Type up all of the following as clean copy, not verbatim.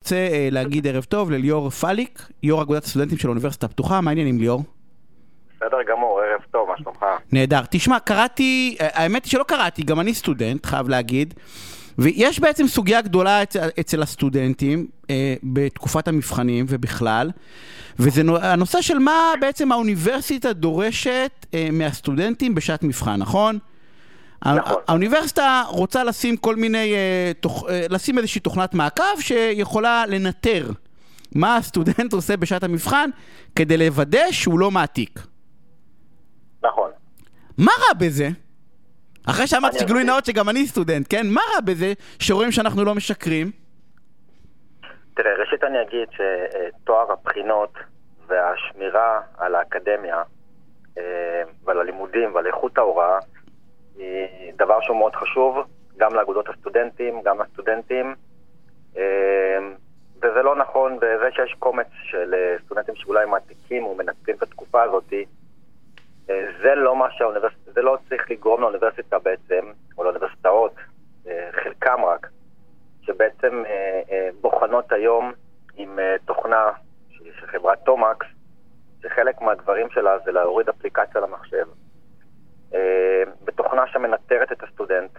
רוצה להגיד ערב טוב לליאור פליק, יו"ר אגודת הסטודנטים של האוניברסיטה הפתוחה. מה העניינים, ליאור? בסדר גמור, ערב טוב, מה שלומך? נהדר. תשמע, קראתי, האמת היא שלא קראתי, גם אני סטודנט, חייב להגיד, ויש בעצם סוגיה גדולה אצל הסטודנטים בתקופת המבחנים ובכלל, וזה הנושא של מה בעצם האוניברסיטה דורשת מהסטודנטים בשעת מבחן, נכון? נכון. האוניברסיטה רוצה לשים כל מיני, לשים איזושהי תוכנת מעקב שיכולה לנטר מה הסטודנט עושה בשעת המבחן כדי לוודא שהוא לא מעתיק. נכון. מה רע בזה? אחרי שאמרתי שגלוי נאות שגם אני סטודנט, כן? מה רע בזה שרואים שאנחנו לא משקרים? תראה, ראשית אני אגיד שתואר הבחינות והשמירה על האקדמיה ועל הלימודים ועל איכות ההוראה היא דבר שהוא מאוד חשוב, גם לאגודות הסטודנטים, גם לסטודנטים, וזה לא נכון בזה שיש קומץ של סטודנטים שאולי מעתיקים ומנצלים את התקופה הזאת. זה לא מה שהאוניברסיטה, זה לא צריך לגרום לאוניברסיטה בעצם, או לאוניברסיטאות, חלקם רק, שבעצם בוחנות היום עם תוכנה של חברת תומקס, שחלק מהדברים שלה זה להוריד אפליקציה למחשב. בתוכנה שמנטרת את הסטודנט,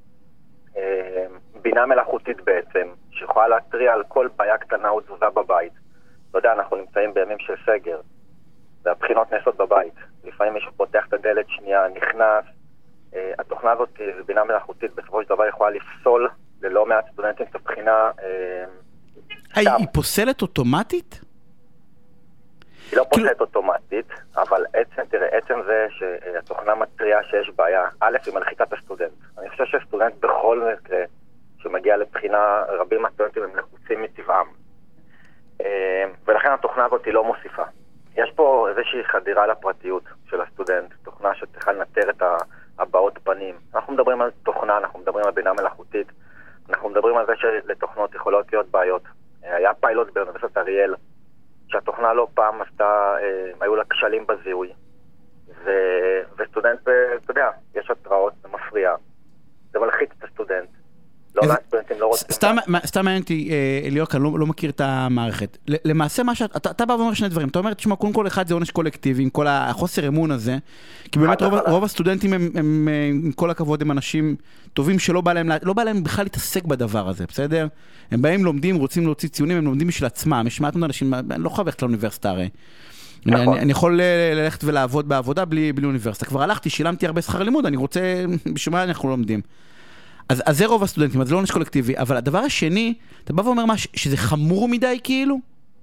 בינה מלאכותית בעצם, שיכולה להתריע על כל בעיה קטנה או תזוזה בבית. אתה יודע, אנחנו נמצאים בימים של סגר, והבחינות נעשות בבית. לפעמים מישהו פותח את הדלת שנייה, נכנס. התוכנה הזאת, בינה מלאכותית, בסופו של דבר יכולה לפסול ללא מעט סטודנטים את הבחינה. היא פוסלת אוטומטית? היא לא פוסלת אוטומטית, אבל עצם זה שהתוכנה מטריעה שיש בעיה, א', היא מלחיצה את הסטודנט. אני חושב שסטודנט בכל מקרה שמגיע לבחינה, רבים מהסטודנטים הם לחוצים מטבעם. ולכן התוכנה הזאת היא לא מוסיפה. יש פה איזושהי חדירה לפרטיות של הסטודנט, תוכנה שתוכל לנטר את הבעות פנים. אנחנו מדברים על תוכנה, אנחנו מדברים על בינה מלאכותית, אנחנו מדברים על זה שלתוכנות יכולות להיות בעיות. היה פיילוט באוניברסיטת אריאל, שהתוכנה לא פעם היו לה כשלים בזיהוי. וסטודנט, אתה יודע, יש התראות, זה מפריע. זה מלחיץ את הסטודנט. לא מהסטודנטים לא רוצים. סתם מעניין אותי, אליוק, אני לא מכיר את המערכת. למעשה מה אתה בא ואומר שני דברים. אתה אומר, תשמע, קודם כל אחד זה עונש קולקטיבי, עם כל החוסר אמון הזה, כי באמת רוב הסטודנטים הם, עם כל הכבוד, הם אנשים טובים שלא בא להם בכלל להתעסק בדבר הזה, בסדר? הם באים, לומדים, רוצים להוציא ציונים, הם לומדים בשביל עצמם. יש מעט מאוד אנשים, אני לא חייב ללכת לאוניברסיטה הרי. אני יכול ללכת ולעבוד בעבודה בלי אוניברסיטה. כבר הלכתי, שילמתי הרבה שכר לימוד, אני רוצה, בשביל מה אנחנו לומדים? אז זה רוב הסטודנטים, אז זה לא עונש קולקטיבי. אבל הדבר השני, אתה בא ואומר מה, שזה חמור מדי כאילו?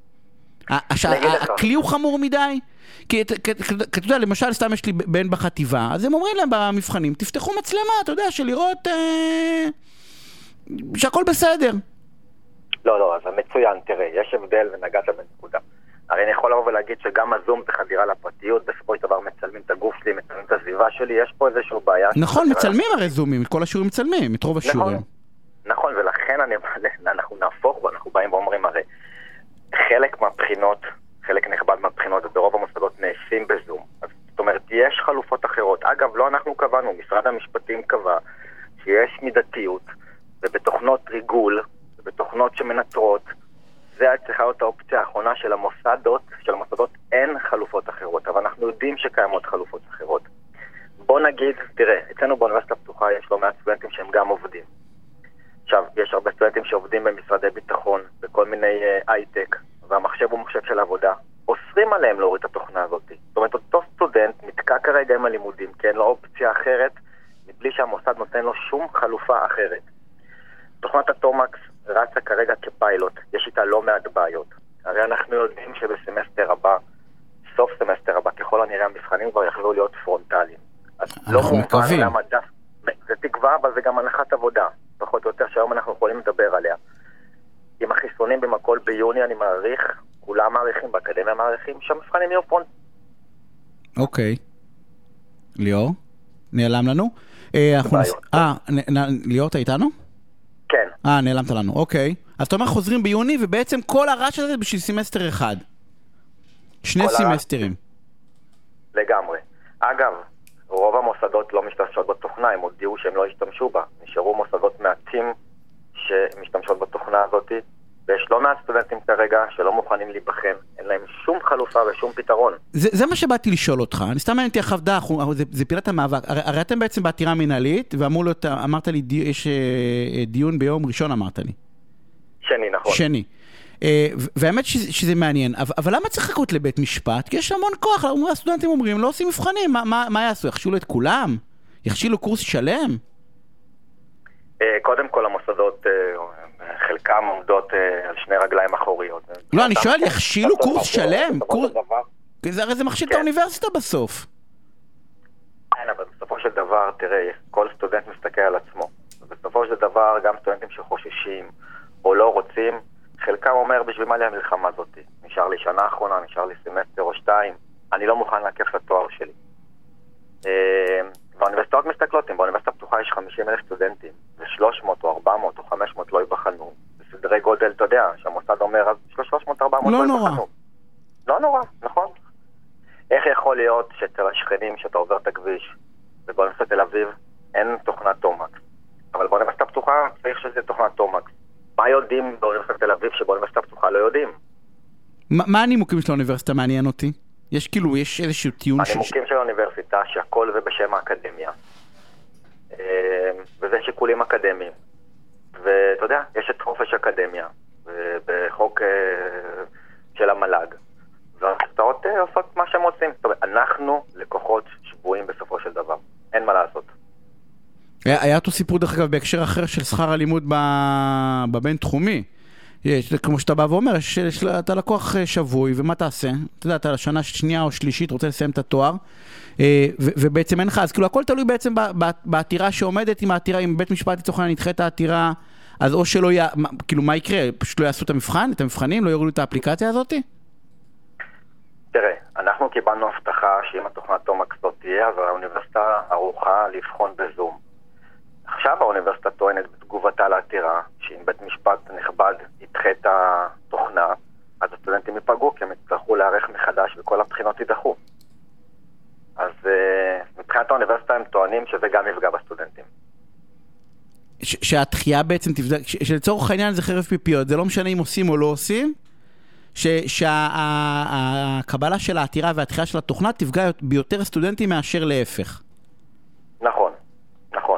הכלי הוא חמור מדי? כי אתה יודע, למשל, סתם יש לי בן בחטיבה, אז הם אומרים להם במבחנים, תפתחו מצלמה, אתה יודע, של לראות שהכל בסדר. לא, אז מצוין, תראה, יש הבדל ונגעת בנקודה. הרי אני יכול לבוא ולהגיד שגם הזום זה חדירה לפרטיות, בסופו של דבר מצלמים את הגוף שלי, מצלמים את הסביבה שלי, יש פה איזשהו בעיה. נכון, מצלמים הרי זומים, את כל השיעורים מצלמים, את רוב השיעורים. נכון, ולכן אנחנו נהפוך, ואנחנו באים ואומרים, הרי חלק מהבחינות, חלק נכבד מהבחינות, ברוב המוסדות נעשים בזום. זאת אומרת, יש חלופות אחרות. אגב, לא אנחנו קבענו, משרד המשפטים קבע שיש מידתיות, ובתוכנות ריגול, ובתוכנות שמנטרות, זה צריכה להיות האופציה האחרונה של המוסדות, אין חלופות אחרות, אבל אנחנו יודעים שקיימות חלופות אחרות. בוא נגיד, תראה, אצלנו באוניברסיטה הפתוחה יש לא מעט סטודנטים שהם גם עובדים. עכשיו, יש הרבה סטודנטים שעובדים במשרדי ביטחון, בכל מיני הייטק, והמחשב הוא מחשב של עבודה. אוסרים עליהם להוריד את התוכנה הזאת. זאת אומרת, אותו סטודנט נתקע כרגע עם הלימודים, כי אין לו אופציה אחרת, מבלי שהמוסד נותן לו שום חלופה אחרת. תוכנת התומקס רצה כרגע כפיילוט, יש איתה לא מעט בעיות. הרי אנחנו יודעים שבסמסטר הבא, סוף סמסטר הבא, ככל הנראה המבחנים כבר יכלו להיות פרונטליים. אנחנו מקווים. זה תקווה, אבל זה גם הנחת עבודה. פחות או יותר שהיום אנחנו יכולים לדבר עליה. עם החיסונים במקול ביוני, אני מעריך, כולם מעריכים, באקדמיה מעריכים, שהמבחנים יהיו פרונט. אוקיי. ליאור? נעלם לנו? ליאור, אתה איתנו? כן. נעלמת לנו, אוקיי. אז אתה אומר חוזרים ביוני, ובעצם כל הרעש הזה בשביל סמסטר אחד. שני סמסטרים. לגמרי. אגב, רוב המוסדות לא משתמשות בתוכנה, הם הודיעו שהם לא ישתמשו בה. נשארו מוסדות מעטים שמשתמשות בתוכנה הזאת, ויש לא מעט סטודנטים כרגע שלא מוכנים להיבחן, אין להם שום חלופה ושום פתרון. זה מה שבאתי לשאול אותך, אני סתם מעניין אחריו דח, זה פילת המאבק, הרי אתם בעצם בעתירה מנהלית, ואמור להיות, אמרת לי, יש דיון ביום ראשון, אמרת לי. שני, נכון. שני. והאמת שזה מעניין, אבל למה צריך לחכות לבית משפט? כי יש המון כוח, הסטודנטים אומרים, לא עושים מבחנים, מה יעשו? יחשילו את כולם? יחשילו קורס שלם? קודם כל המוסדות, חלקם עומדות על שני רגליים אחוריות. לא, אני שואל, יחשילו קורס שלם? הרי זה מכשיל את האוניברסיטה בסוף. כן, אבל בסופו של דבר, תראה, כל סטודנט מסתכל על עצמו. בסופו של דבר, גם סטודנטים שחוששים או לא רוצים, חלקם אומר, בשביל מה לי המלחמה הזאת? נשאר לי שנה האחרונה, נשאר לי סמסטר או 2, אני לא מוכן לעכב את התואר שלי. והאוניברסיטאות מסתכלות, אם באוניברסיטה הפתוחה יש 50,000 סטודנטים, ו300 או 400 או 500 לא ייבחנו, בסדרי גודל, אתה יודע, שהמוסד אומר, אז 300-400 לא ייבחנו. לא נורא, נכון. איך יכול להיות שאצל השכנים, שאתה עובר את הכביש, ובאוניברסיטת תל אביב אין תוכנת תומקס, אבל באוניברסיטה הפתוחה צריך שזה תוכנת תומקס. מה יודעים באוניברסיטת תל אביב שבאוניברסיטה הפתוחה לא יודעים? מה הנימוקים של האוניברסיטה מעניין אותי? יש כאילו, יש איזשהו טיעון הנימוקים של האוניברסיטה שהכל זה בשם האקדמיה. וזה שיקולים אקדמיים. ואתה יודע, יש את חופש אקדמיה, בחוק של המל"ג. והאוניברסיטאות עושות מה שהם רוצים. זאת אומרת, אנחנו לקוחות שבועים בסופו של דבר. אין מה לעשות. היה אותו סיפור דרך אגב בהקשר אחר של שכר הלימוד בבין תחומי. כמו שאתה בא ואומר, אתה לקוח שבוי, ומה תעשה? אתה יודע, אתה לשנה שנייה או שלישית רוצה לסיים את התואר, ובעצם אין לך, אז כאילו הכל תלוי בעצם בעתירה שעומדת עם העתירה, אם בית משפט לצורך העניין נדחה את העתירה, אז או שלא יהיה, כאילו מה יקרה? פשוט לא יעשו את המבחנים, לא יורידו את האפליקציה הזאת? תראה, אנחנו קיבלנו הבטחה שאם התוכנת תומקס לא תהיה, אז האוניברסיטה ערוכה לבחון בזום. עכשיו האוניברסיטה טוענת בתגובתה לעתירה, שאם בית משפט נכבד ידחה את התוכנה, אז הסטודנטים ייפגעו, כי הם יצטרכו להיערך מחדש וכל הבחינות יידחו. אז מבחינת האוניברסיטה הם טוענים שזה גם יפגע בסטודנטים. שהתחייה בעצם תפגע, שלצורך העניין זה חרב פיפיות, זה לא משנה אם עושים או לא עושים, שהקבלה של העתירה והתחייה של התוכנה תפגע ביותר סטודנטים מאשר להפך. נכון, נכון.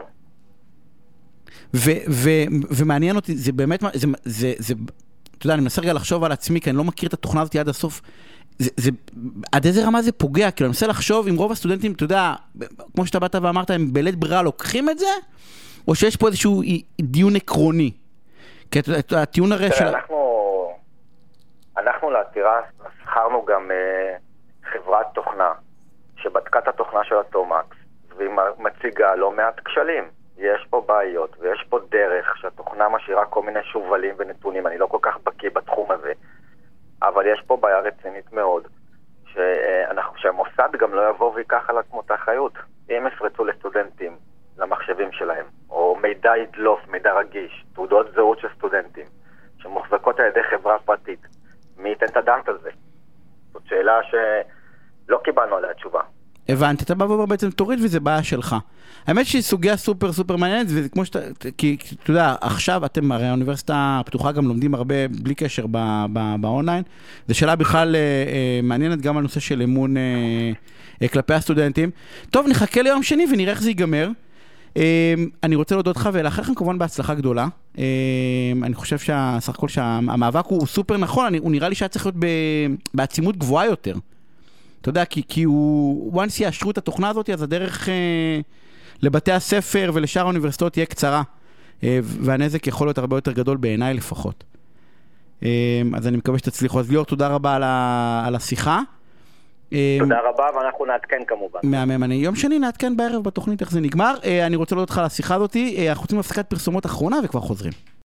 ומעניין אותי, זה באמת, אתה יודע, אני מנסה רגע לחשוב על עצמי, כי אני לא מכיר את התוכנה הזאת עד הסוף, עד איזה רמה זה פוגע, כאילו אני מנסה לחשוב אם רוב הסטודנטים, אתה יודע, כמו שאתה באת ואמרת, הם בלית ברירה לוקחים את זה, או שיש פה איזשהו דיון עקרוני? כי הטיעון הרי של... אנחנו לעתירה שכרנו גם חברת תוכנה, שבדקה את התוכנה של התומקס, והיא מציגה לא מעט כשלים. יש פה בעיות, ויש פה דרך שהתוכנה משאירה כל מיני שובלים ונתונים, אני לא כל כך בקיא בתחום הזה, אבל יש פה בעיה רצינית מאוד, שהמוסד גם לא יבוא ויקח על עצמו את האחריות. אם יפרצו לסטודנטים, למחשבים שלהם, או מידע ידלוף, מידע רגיש, תעודות זהות של סטודנטים, שמוחזקות על ידי חברה פרטית, מי ייתן את הדעת על זה? זאת שאלה שלא קיבלנו עליה תשובה. הבנתי, אתה בא ואומר בעצם תוריד וזה בעיה שלך. האמת שהיא סוגיה סופר סופר מעניינת, וזה כמו שאתה, כי אתה יודע, עכשיו אתם, הרי האוניברסיטה הפתוחה גם לומדים הרבה בלי קשר באונליין, זו שאלה בכלל מעניינת גם על נושא של אמון כלפי הסטודנטים. טוב, נחכה ליום שני ונראה איך זה ייגמר. אני רוצה להודות לך ולאחר לכם כמובן בהצלחה גדולה. אני חושב שהסך הכל שהמאבק הוא סופר נכון, הוא נראה לי שהיה צריך להיות בעצימות גבוהה יותר. אתה יודע, כי הוא, once יאשרו את התוכנה הזאת, אז הדרך לבתי הספר ולשאר האוניברסיטאות תהיה קצרה, והנזק יכול להיות הרבה יותר גדול בעיניי לפחות. אז אני מקווה שתצליחו. אז ליאור, תודה רבה על השיחה. תודה רבה, ואנחנו נעדכן כמובן. מהמם, יום שני נעדכן בערב בתוכנית איך זה נגמר. אני רוצה להודות לך על השיחה הזאת. אנחנו רוצים להפסקת פרסומות אחרונה וכבר חוזרים.